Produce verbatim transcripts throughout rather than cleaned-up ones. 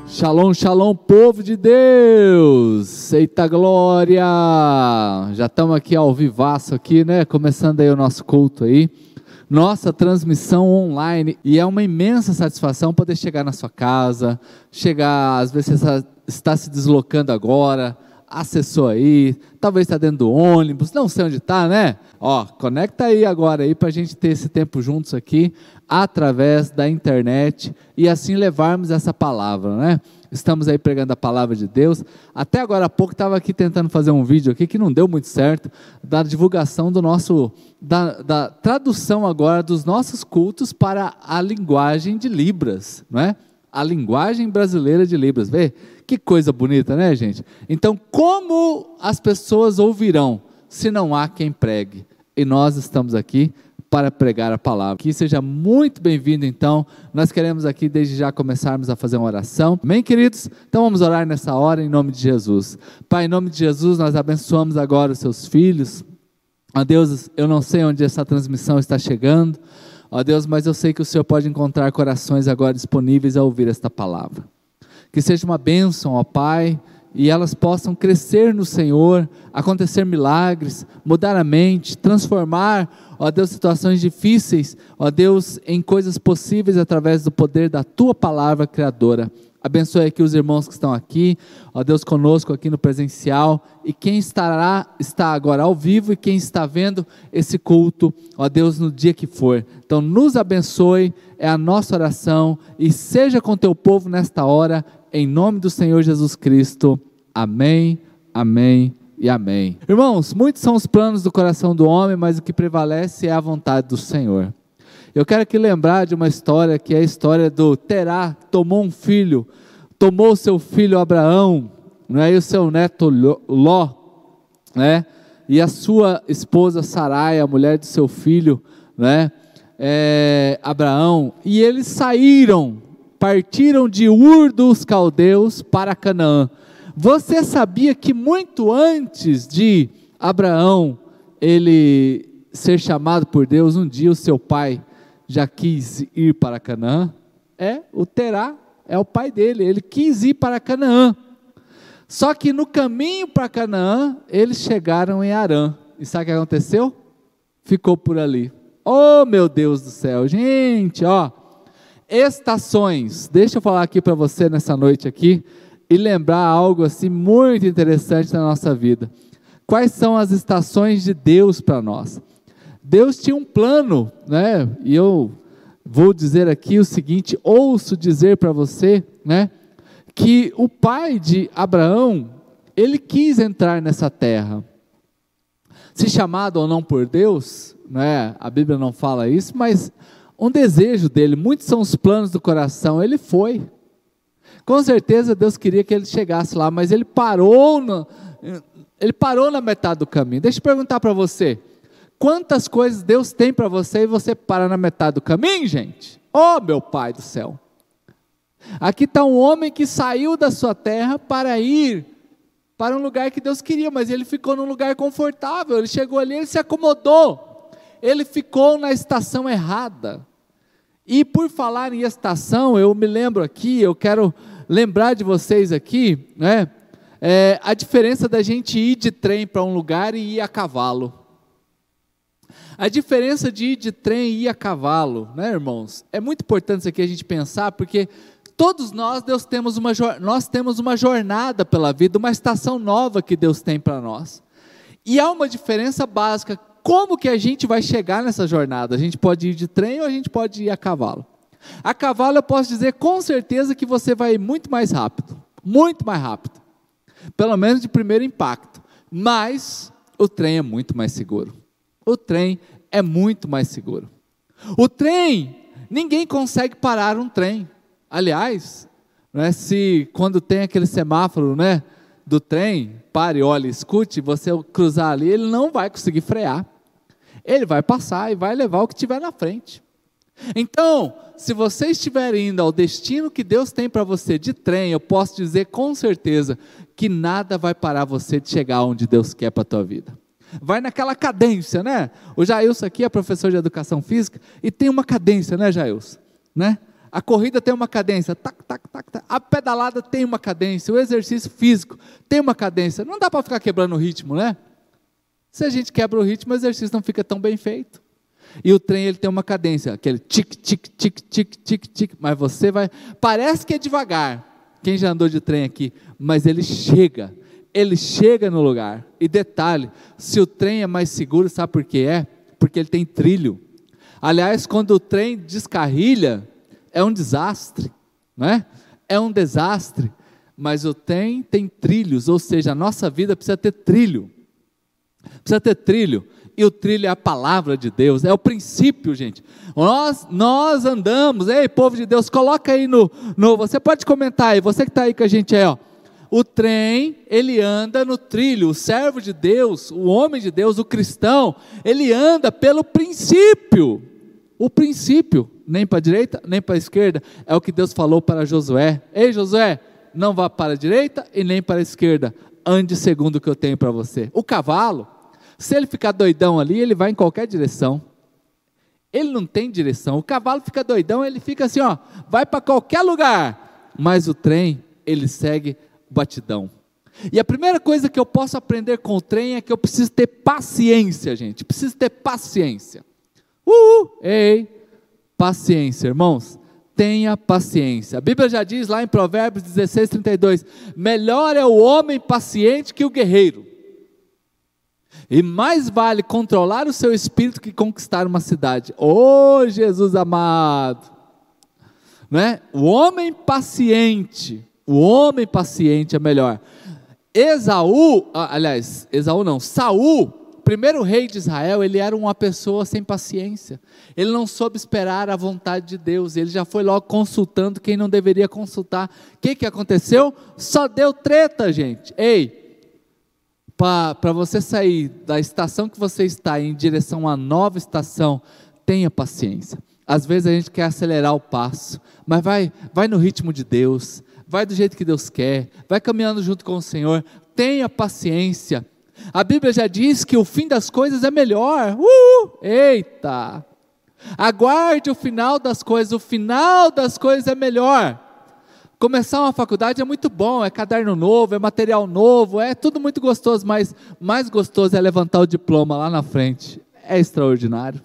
Shalom, shalom, povo de Deus, eita glória, já estamos aqui ao vivaço aqui, né, começando aí o nosso culto aí, nossa transmissão online, e é uma imensa satisfação poder chegar na sua casa, chegar, às vezes você está se deslocando agora, acessou aí, talvez está dentro do ônibus, não sei onde está, né? Ó, conecta aí agora aí para a gente ter esse tempo juntos aqui, através da internet, e assim levarmos essa palavra, né? Estamos aí pregando a palavra de Deus. Até agora há pouco estava aqui tentando fazer um vídeo aqui que não deu muito certo, da divulgação do nosso, da, da tradução agora dos nossos cultos para a linguagem de Libras, não é? A linguagem brasileira de Libras, vê? Que coisa bonita, né, gente? Então, como as pessoas ouvirão, se não há quem pregue? E nós estamos aqui para pregar a palavra. Que seja muito bem-vindo, então. Nós queremos aqui, desde já, começarmos a fazer uma oração. Amém, queridos? Então, vamos orar nessa hora, em nome de Jesus. Pai, em nome de Jesus, nós abençoamos agora os seus filhos. Ó Deus, eu não sei onde essa transmissão está chegando, ó Deus, mas eu sei que o Senhor pode encontrar corações agora disponíveis a ouvir esta palavra. Que seja uma bênção, ó Pai, e elas possam crescer no Senhor, acontecer milagres, mudar a mente, transformar, ó Deus, situações difíceis, ó Deus, em coisas possíveis através do poder da Tua palavra criadora. Abençoe aqui os irmãos que estão aqui, ó Deus, conosco aqui no presencial, e quem estará, está agora ao vivo, e quem está vendo esse culto, ó Deus, no dia que for. Então nos abençoe, é a nossa oração, e seja com teu povo nesta hora, em nome do Senhor Jesus Cristo, amém, amém e amém. Irmãos, muitos são os planos do coração do homem, mas o que prevalece é a vontade do Senhor. Eu quero aqui lembrar de uma história, que é a história do Terá, que tomou um filho, tomou o seu filho Abraão, né, e o seu neto Ló, né, e a sua esposa Sarai, a mulher de seu filho, né, é, Abraão, e eles saíram, partiram de Ur dos Caldeus para Canaã. Você sabia que muito antes de Abraão ele ser chamado por Deus, um dia o seu pai já quis ir para Canaã? É, o Terá é o pai dele, ele quis ir para Canaã. Só que no caminho para Canaã, eles chegaram em Harã. E sabe o que aconteceu? Ficou por ali. Oh, meu Deus do céu, gente, ó. Estações, deixa eu falar aqui para você nessa noite aqui, e lembrar algo assim muito interessante na nossa vida. Quais são as estações de Deus para nós? Deus tinha um plano, né? E eu vou dizer aqui o seguinte, ouço dizer para você, né? Que o pai de Abraão, ele quis entrar nessa terra. Se chamado ou não por Deus, né? A Bíblia não fala isso, mas um desejo dele, muitos são os planos do coração, ele foi. Com certeza Deus queria que ele chegasse lá, mas ele parou, no, ele parou na metade do caminho. Deixa eu perguntar para você, quantas coisas Deus tem para você e você para na metade do caminho, gente? Oh, meu Pai do céu! Aqui está um homem que saiu da sua terra para ir para um lugar que Deus queria, mas ele ficou num lugar confortável, ele chegou ali, ele se acomodou, ele ficou na estação errada. E por falar em estação, eu me lembro aqui, eu quero lembrar de vocês aqui, né, é, a diferença da gente ir de trem para um lugar e ir a cavalo. A diferença de ir de trem e ir a cavalo, né, irmãos? É muito importante isso aqui a gente pensar, porque todos nós, Deus temos uma, nós temos uma jornada pela vida, uma estação nova que Deus tem para nós. E há uma diferença básica. Como que a gente vai chegar nessa jornada? A gente pode ir de trem ou a gente pode ir a cavalo? A cavalo eu posso dizer com certeza que você vai ir muito mais rápido, muito mais rápido, pelo menos de primeiro impacto, mas o trem é muito mais seguro, o trem é muito mais seguro, o trem, ninguém consegue parar um trem, aliás, né, se quando tem aquele semáforo, né, do trem, pare, olhe, escute, você cruzar ali, ele não vai conseguir frear, ele vai passar e vai levar o que tiver na frente. Então, se você estiver indo ao destino que Deus tem para você de trem, eu posso dizer com certeza que nada vai parar você de chegar onde Deus quer para a tua vida. Vai naquela cadência, né? O Jailson aqui é professor de educação física e tem uma cadência, né, Jailson? Né? A corrida tem uma cadência, tac, tac, tac, tac. A pedalada tem uma cadência, o exercício físico tem uma cadência. Não dá para ficar quebrando o ritmo, né? Se a gente quebra o ritmo, o exercício não fica tão bem feito. E o trem, ele tem uma cadência, aquele tic, tic, tic, tic, tic, tic, mas você vai, parece que é devagar, quem já andou de trem aqui, mas ele chega, ele chega no lugar. E detalhe, se o trem é mais seguro, sabe por que é? Porque ele tem trilho. Aliás, quando o trem descarrilha, é um desastre, não é? É um desastre, mas o trem tem trilhos, ou seja, a nossa vida precisa ter trilho, precisa ter trilho, e o trilho é a palavra de Deus, é o princípio, gente. Nós, nós andamos, ei, povo de Deus, coloca aí no, no, você pode comentar aí, você que está aí com a gente aí, ó. O trem, ele anda no trilho, o servo de Deus, o homem de Deus, o cristão, ele anda pelo princípio, o princípio, nem para a direita, nem para a esquerda, é o que Deus falou para Josué. Ei Josué, não vá para a direita e nem para a esquerda, ande segundo o que eu tenho para você. O cavalo, se ele ficar doidão ali, ele vai em qualquer direção, ele não tem direção, o cavalo fica doidão, ele fica assim, ó, vai para qualquer lugar, mas o trem, ele segue batidão. E a primeira coisa que eu posso aprender com o trem é que eu preciso ter paciência, gente, preciso ter paciência. Uhul, ei, paciência, irmãos, tenha paciência. A Bíblia já diz lá em Provérbios dezesseis, trinta e dois, melhor é o homem paciente que o guerreiro, e mais vale controlar o seu espírito que conquistar uma cidade. Oh, Jesus amado, não é? O homem paciente, o homem paciente é melhor. Esaú, aliás, Esaú não, Saul, primeiro rei de Israel, ele era uma pessoa sem paciência, ele não soube esperar a vontade de Deus, ele já foi logo consultando quem não deveria consultar. O que que aconteceu? Só deu treta, gente. Ei, para você sair da estação que você está em direção a uma nova estação, tenha paciência. Às vezes a gente quer acelerar o passo, mas vai, vai no ritmo de Deus, vai do jeito que Deus quer, vai caminhando junto com o Senhor, tenha paciência. A Bíblia já diz que o fim das coisas é melhor. Uh, eita! Aguarde o final das coisas, o final das coisas é melhor. Começar uma faculdade é muito bom, é caderno novo, é material novo, é tudo muito gostoso, mas mais gostoso é levantar o diploma lá na frente, é extraordinário.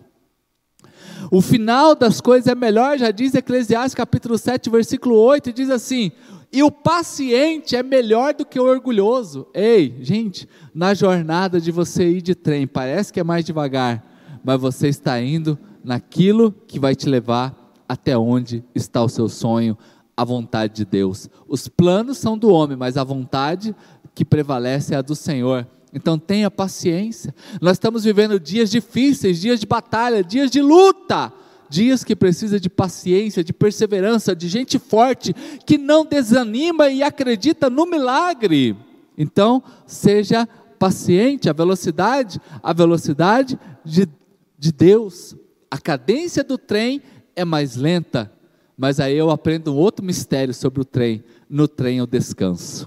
O final das coisas é melhor, já diz Eclesiastes capítulo sete, versículo oito, diz assim, e o paciente é melhor do que o orgulhoso. Ei, gente, na jornada de você ir de trem, parece que é mais devagar, mas você está indo naquilo que vai te levar até onde está o seu sonho, a vontade de Deus. Os planos são do homem, mas a vontade que prevalece é a do Senhor. Então tenha paciência. Nós estamos vivendo dias difíceis, dias de batalha, dias de luta, dias que precisa de paciência, de perseverança, de gente forte, que não desanima e acredita no milagre. Então seja paciente. A velocidade, a velocidade de, de Deus, a cadência do trem é mais lenta, mas aí eu aprendo um outro mistério sobre o trem. No trem eu descanso.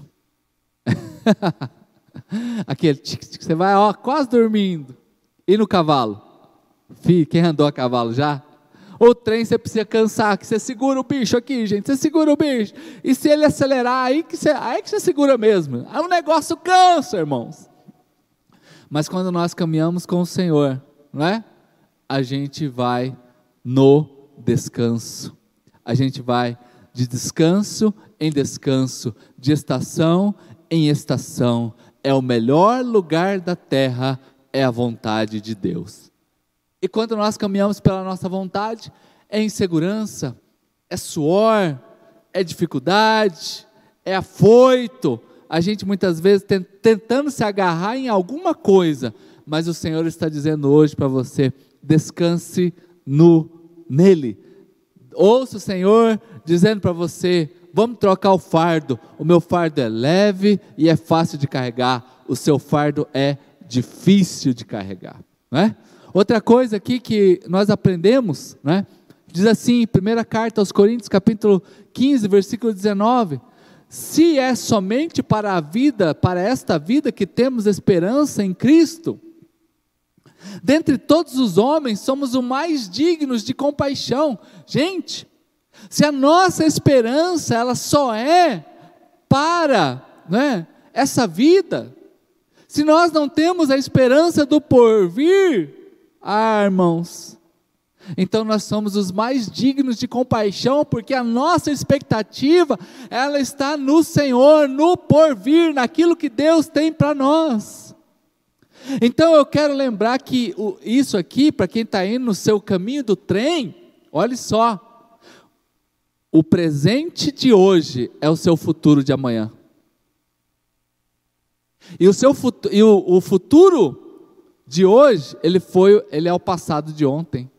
Aquele tic, tic, você vai ó, quase dormindo. E no cavalo? Fih, quem andou a cavalo já? O trem você precisa cansar, que você segura o bicho aqui, gente, você segura o bicho, e se ele acelerar, aí que você, aí que você segura mesmo, aí o negócio cansa, irmãos. Mas quando nós caminhamos com o Senhor, não é? A gente vai no descanso, a gente vai de descanso em descanso, de estação em estação. É o melhor lugar da terra, é a vontade de Deus. E quando nós caminhamos pela nossa vontade, é insegurança, é suor, é dificuldade, é afoito, a gente muitas vezes tentando se agarrar em alguma coisa, mas o Senhor está dizendo hoje para você, descanse no, nele. Ouça o Senhor dizendo para você, vamos trocar o fardo, o meu fardo é leve e é fácil de carregar, o seu fardo é difícil de carregar, não é? Outra coisa aqui que nós aprendemos, né? Diz assim, primeira carta aos Coríntios, capítulo quinze, versículo dezenove, se é somente para a vida, para esta vida que temos esperança em Cristo, dentre todos os homens somos os mais dignos de compaixão. Gente, Se a nossa esperança, ela só é para, né, essa vida, se nós não temos a esperança do porvir, ah, irmãos, então nós somos os mais dignos de compaixão, porque a nossa expectativa, ela está no Senhor, no porvir, naquilo que Deus tem para nós. Então eu quero lembrar que o, isso aqui, para quem está indo no seu caminho do trem, olha só, o presente de hoje é o seu futuro de amanhã. E o, seu, e o, o futuro de hoje, ele, foi, ele é o passado de ontem.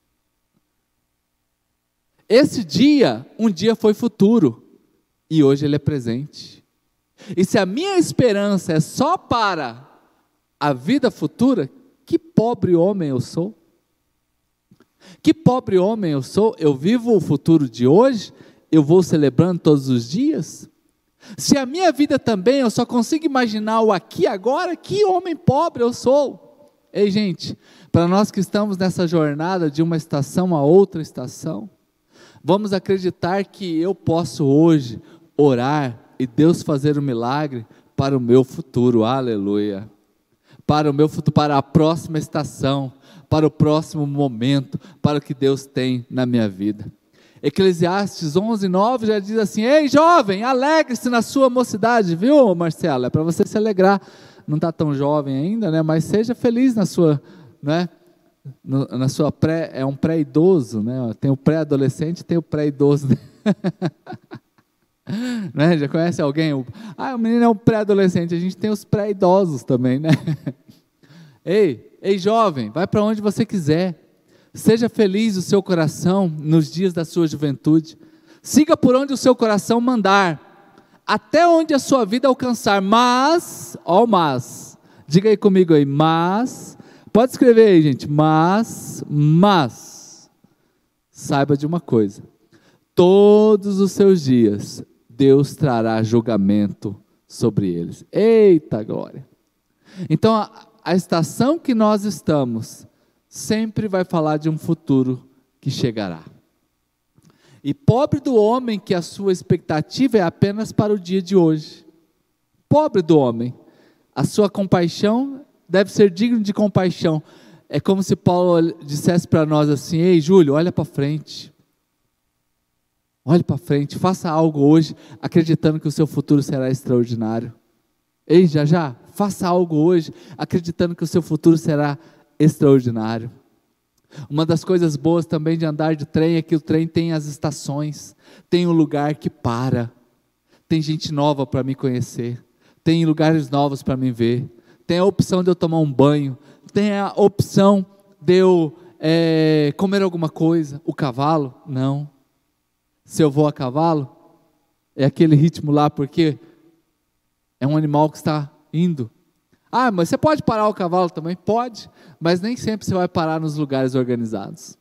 Esse dia, um dia foi futuro, e hoje ele é presente. E se a minha esperança é só para a vida futura, que pobre homem eu sou. Que pobre homem eu sou, eu vivo o futuro de hoje, eu vou celebrando todos os dias. Se a minha vida também, eu só consigo imaginar o aqui e agora, que homem pobre eu sou. Ei gente, para nós que estamos nessa jornada de uma estação a outra estação, vamos acreditar que eu posso hoje orar e Deus fazer um milagre para o meu futuro, aleluia. Para o meu futuro, para a próxima estação, para o próximo momento, para o que Deus tem na minha vida. Eclesiastes onze, nove já diz assim: ei jovem, alegre-se na sua mocidade, viu Marcelo? É para você se alegrar, não está tão jovem ainda, né? Mas seja feliz na sua, né? No, na sua pré, é um pré-idoso, né? Tem o pré-adolescente, tem o pré-idoso, né? Né? Já conhece alguém? Ah, o menino é um pré-adolescente, a gente tem os pré-idosos também, né? Ei, ei jovem, vai para onde você quiser, seja feliz o seu coração nos dias da sua juventude, siga por onde o seu coração mandar, até onde a sua vida alcançar, mas, ó mas, diga aí comigo aí, mas, pode escrever aí gente, mas, mas, saiba de uma coisa, todos os seus dias, Deus trará julgamento sobre eles. Eita glória! Então, a, a estação que nós estamos, sempre vai falar de um futuro que chegará. E pobre do homem que a sua expectativa é apenas para o dia de hoje. Pobre do homem, a sua compaixão deve ser digna de compaixão. É como se Paulo dissesse para nós assim: ei Júlio, olha para frente. Olhe para frente, faça algo hoje, acreditando que o seu futuro será extraordinário. Ei, já já, faça algo hoje, acreditando que o seu futuro será extraordinário. Uma das coisas boas também de andar de trem é que o trem tem as estações, tem um lugar que para, tem gente nova para me conhecer, tem lugares novos para me ver, tem a opção de eu tomar um banho, tem a opção de eu é, comer alguma coisa. O cavalo, não. Se eu vou a cavalo, é aquele ritmo lá, porque é um animal que está indo. Ah, mas você pode parar o cavalo também? Pode, mas nem sempre você vai parar nos lugares organizados.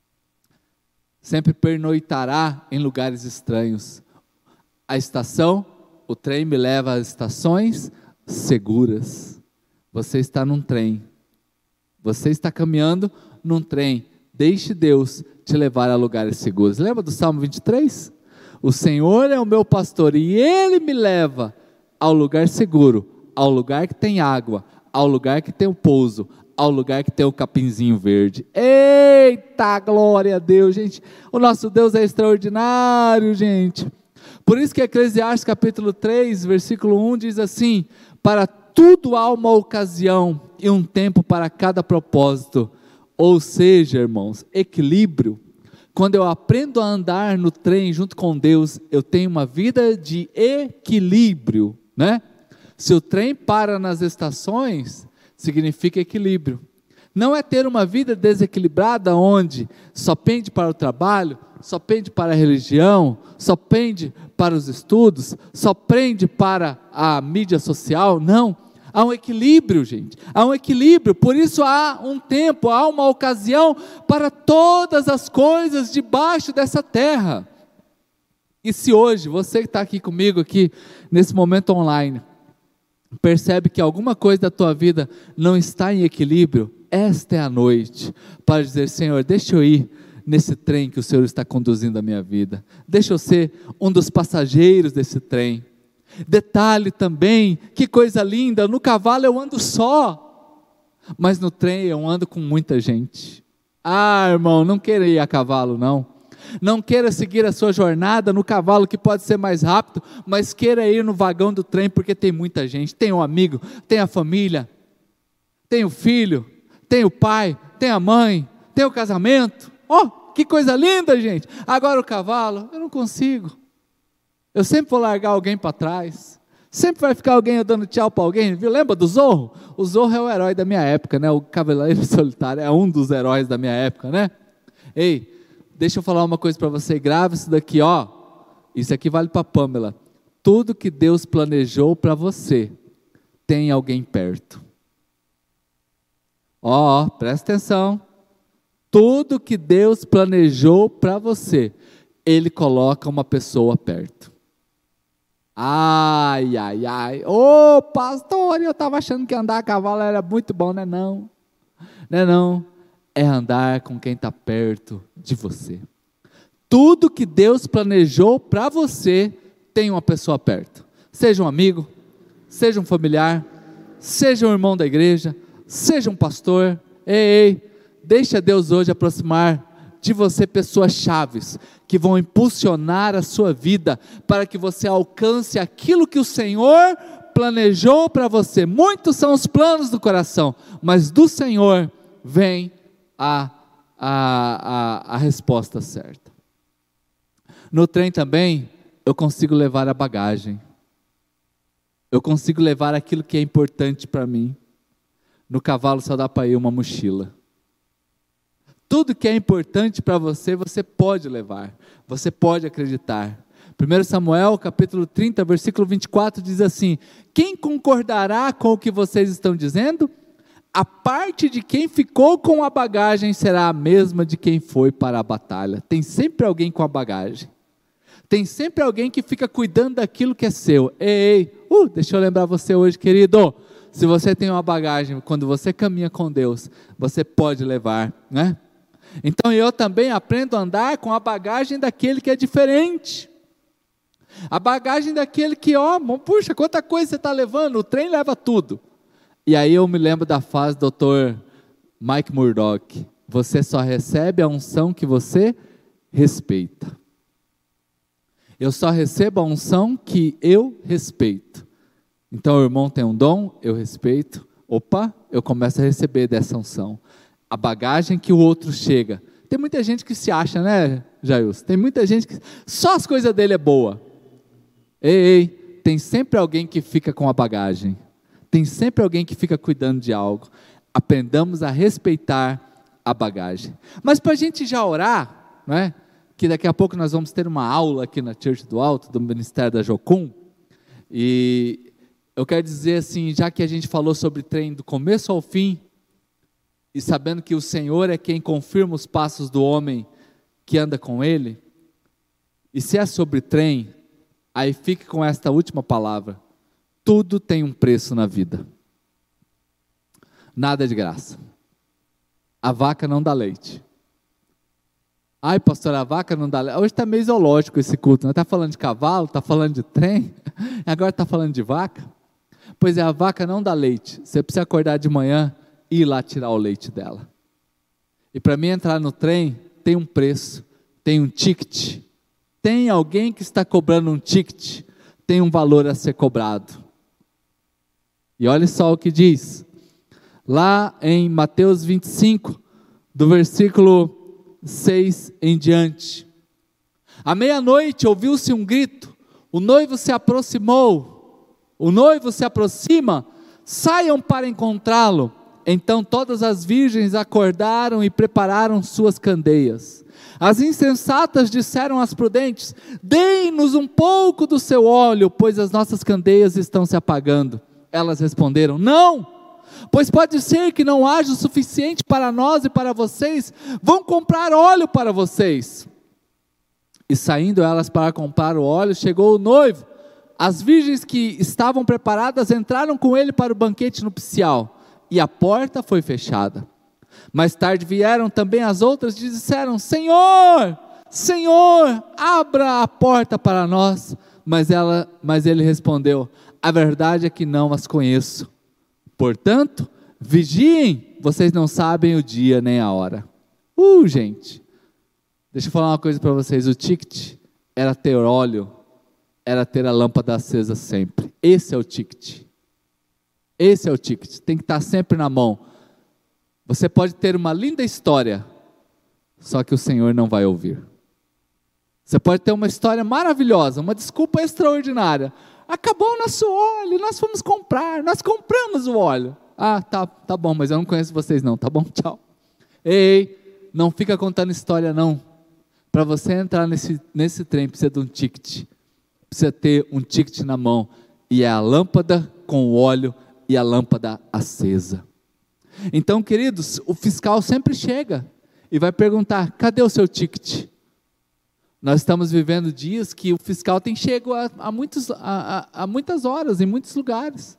Sempre pernoitará em lugares estranhos. A estação, o trem me leva às estações seguras. Você está num trem. Você está caminhando num trem. Deixe Deus te levar a lugares seguros. Lembra do Salmo vinte e três? O Senhor é o meu pastor e Ele me leva ao lugar seguro, ao lugar que tem água, ao lugar que tem o pouso, ao lugar que tem o capinzinho verde. Eita, glória a Deus, gente. O nosso Deus é extraordinário, gente. Por isso que Eclesiastes capítulo três, versículo um diz assim: para tudo há uma ocasião e um tempo para cada propósito. Ou seja, irmãos, equilíbrio. Quando eu aprendo a andar no trem junto com Deus, eu tenho uma vida de equilíbrio, né? Se o trem para nas estações, significa equilíbrio. Não é ter uma vida desequilibrada onde só pende para o trabalho, só pende para a religião, só pende para os estudos, só pende para a mídia social. Não. Há um equilíbrio, gente, há um equilíbrio, por isso há um tempo, há uma ocasião para todas as coisas debaixo dessa terra. E se hoje, você que está aqui comigo, aqui, nesse momento online, percebe que alguma coisa da tua vida não está em equilíbrio, esta é a noite, para dizer: Senhor, deixa eu ir, nesse trem que o Senhor está conduzindo a minha vida. Deixa eu ser um dos passageiros desse trem. Detalhe também, que coisa linda, no cavalo eu ando só, mas no trem eu ando com muita gente. Ah, irmão, não queira ir a cavalo não. Não queira seguir a sua jornada no cavalo, que pode ser mais rápido, mas queira ir no vagão do trem, porque tem muita gente. Tem um amigo, tem a família, tem o filho, tem o pai, tem a mãe, tem o casamento. Oh, que coisa linda, gente. Agora o cavalo, eu não consigo. Eu sempre vou largar alguém para trás. Sempre vai ficar alguém dando tchau para alguém. Viu? Lembra do Zorro? O Zorro é o herói da minha época, né? O Cavaleiro Solitário é um dos heróis da minha época, né? Ei, deixa eu falar uma coisa para você. Grave isso daqui, ó. Isso aqui vale para Pamela. Tudo que Deus planejou para você, tem alguém perto. Ó, presta atenção. Tudo que Deus planejou para você, Ele coloca uma pessoa perto. Ai, ai, ai. Ô, oh, pastor, eu estava achando que andar a cavalo era muito bom, né? Não, não é não. É andar com quem está perto de você. Tudo que Deus planejou para você, tem uma pessoa perto. Seja um amigo, seja um familiar, seja um irmão da igreja, seja um pastor. Ei, ei, deixa Deus hoje aproximar de você pessoas chaves, que vão impulsionar a sua vida, para que você alcance aquilo que o Senhor planejou para você. Muitos são os planos do coração, mas do Senhor vem a, a, a, a resposta certa. No trem também, eu consigo levar a bagagem, eu consigo levar aquilo que é importante para mim. No cavalo só dá para ir uma mochila. Tudo que é importante para você, você pode levar, você pode acreditar. primeiro Samuel, capítulo trinta, versículo vinte e quatro, diz assim: quem concordará com o que vocês estão dizendo? A parte de quem ficou com a bagagem será a mesma de quem foi para a batalha. Tem sempre alguém com a bagagem. Tem sempre alguém que fica cuidando daquilo que é seu. Ei, ei, uh, deixa eu lembrar você hoje, querido. Se você tem uma bagagem, quando você caminha com Deus, você pode levar, né? Então eu também aprendo a andar com a bagagem daquele que é diferente. A bagagem daquele que, ó, puxa, quanta coisa você está levando, o trem leva tudo. E aí eu me lembro da frase do doutor Mike Murdock: você só recebe a unção que você respeita. Eu só recebo a unção que eu respeito. Então o irmão tem um dom, eu respeito. Opa, eu começo a receber dessa unção. A bagagem que o outro chega. Tem muita gente que se acha, né, Jailson? Tem muita gente que só as coisas dele é boa. Ei, ei, tem sempre alguém que fica com a bagagem. Tem sempre alguém que fica cuidando de algo. Aprendamos a respeitar a bagagem. Mas para a gente já orar, né, que daqui a pouco nós vamos ter uma aula aqui na Church do Alto, do Ministério da Jocum, e eu quero dizer assim, já que a gente falou sobre trem do começo ao fim, e sabendo que o Senhor é quem confirma os passos do homem que anda com Ele, e se é sobre trem, aí fique com esta última palavra: tudo tem um preço na vida, nada é de graça. A vaca não dá leite. Ai, pastor, a vaca não dá leite. Hoje está meio zoológico esse culto, não está falando de cavalo, está falando de trem, agora está falando de vaca. Pois é, a vaca não dá leite, você precisa acordar de manhã e ir lá tirar o leite dela. E para mim entrar no trem, tem um preço, tem um ticket, tem alguém que está cobrando um ticket, tem um valor a ser cobrado. E olha só o que diz, lá em Mateus vinte e cinco, do versículo seis em diante: à meia-noite ouviu-se um grito, o noivo se aproximou, o noivo se aproxima, saiam para encontrá-lo. Então todas as virgens acordaram e prepararam suas candeias. As insensatas disseram às prudentes: deem-nos um pouco do seu óleo, pois as nossas candeias estão se apagando. Elas responderam: não, pois pode ser que não haja o suficiente para nós e para vocês, vão comprar óleo para vocês. E saindo elas para comprar o óleo, chegou o noivo. As virgens que estavam preparadas entraram com ele para o banquete nupcial, e a porta foi fechada. Mais tarde vieram também as outras e disseram: Senhor, Senhor, abra a porta para nós. Mas, ela, mas ele respondeu: a verdade é que não as conheço. Portanto, vigiem, vocês não sabem o dia nem a hora. Uh, gente, deixa eu falar uma coisa para vocês. O ticket era ter óleo, era ter a lâmpada acesa sempre. Esse é o ticket. Esse é o ticket, tem que estar sempre na mão. Você pode ter uma linda história, só que o Senhor não vai ouvir. Você pode ter uma história maravilhosa, uma desculpa extraordinária. Acabou o nosso óleo, nós fomos comprar, nós compramos o óleo. Ah, tá, tá bom, mas eu não conheço vocês não, tá bom? Tchau. Ei, não fica contando história não. Para você entrar nesse, nesse trem, precisa de um ticket. Precisa ter um ticket na mão. E é a lâmpada com o óleo e a lâmpada acesa. Então, queridos, o fiscal sempre chega e vai perguntar: cadê o seu ticket? Nós estamos vivendo dias que o fiscal tem chego a, a, muitos, a, a, a muitas horas, em muitos lugares.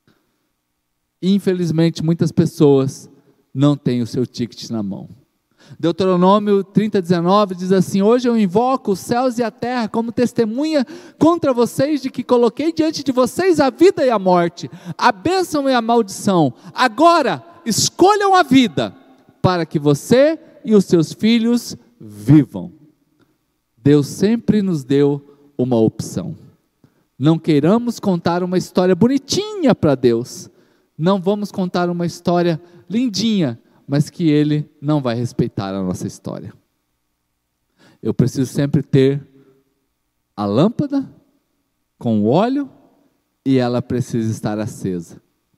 E, infelizmente, muitas pessoas não têm o seu ticket na mão. Deuteronômio trinta, dezenove diz assim: hoje eu invoco os céus e a terra como testemunha contra vocês de que coloquei diante de vocês a vida e a morte, a bênção e a maldição. Agora, escolham a vida, para que você e os seus filhos vivam. Deus sempre nos deu uma opção. Não queiramos contar uma história bonitinha para Deus. Não vamos contar uma história lindinha, mas que Ele não vai respeitar a nossa história. Eu preciso sempre ter a lâmpada com o óleo e ela precisa estar acesa.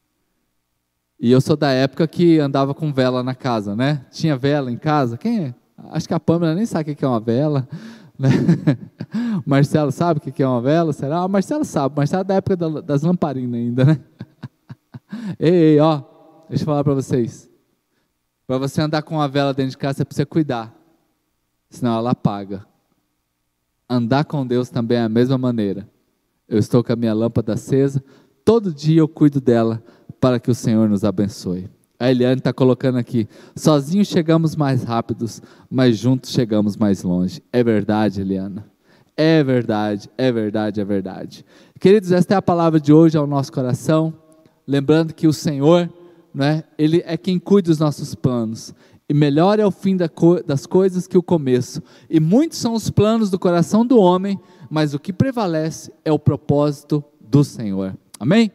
E eu sou da época que andava com vela na casa, né? Tinha vela em casa? Quem é? Acho que a Pâmela nem sabe o que é uma vela. Né? Marcelo sabe o que é uma vela? Será? Ah, Marcelo sabe. Marcelo é da época das lamparinas ainda, né? Ei, ei, ó, deixa eu falar para vocês. Para você andar com uma vela dentro de casa, você precisa cuidar, senão ela apaga. Andar com Deus também é a mesma maneira. Eu estou com a minha lâmpada acesa, todo dia eu cuido dela, para que o Senhor nos abençoe. A Eliane está colocando aqui: sozinhos chegamos mais rápidos, mas juntos chegamos mais longe. É verdade, Eliana. É verdade, é verdade, é verdade. Queridos, esta é a palavra de hoje ao nosso coração. Lembrando que o Senhor, não é, Ele é quem cuida dos nossos planos. E melhor é o fim das coisas que o começo. E muitos são os planos do coração do homem, mas o que prevalece é o propósito do Senhor. Amém?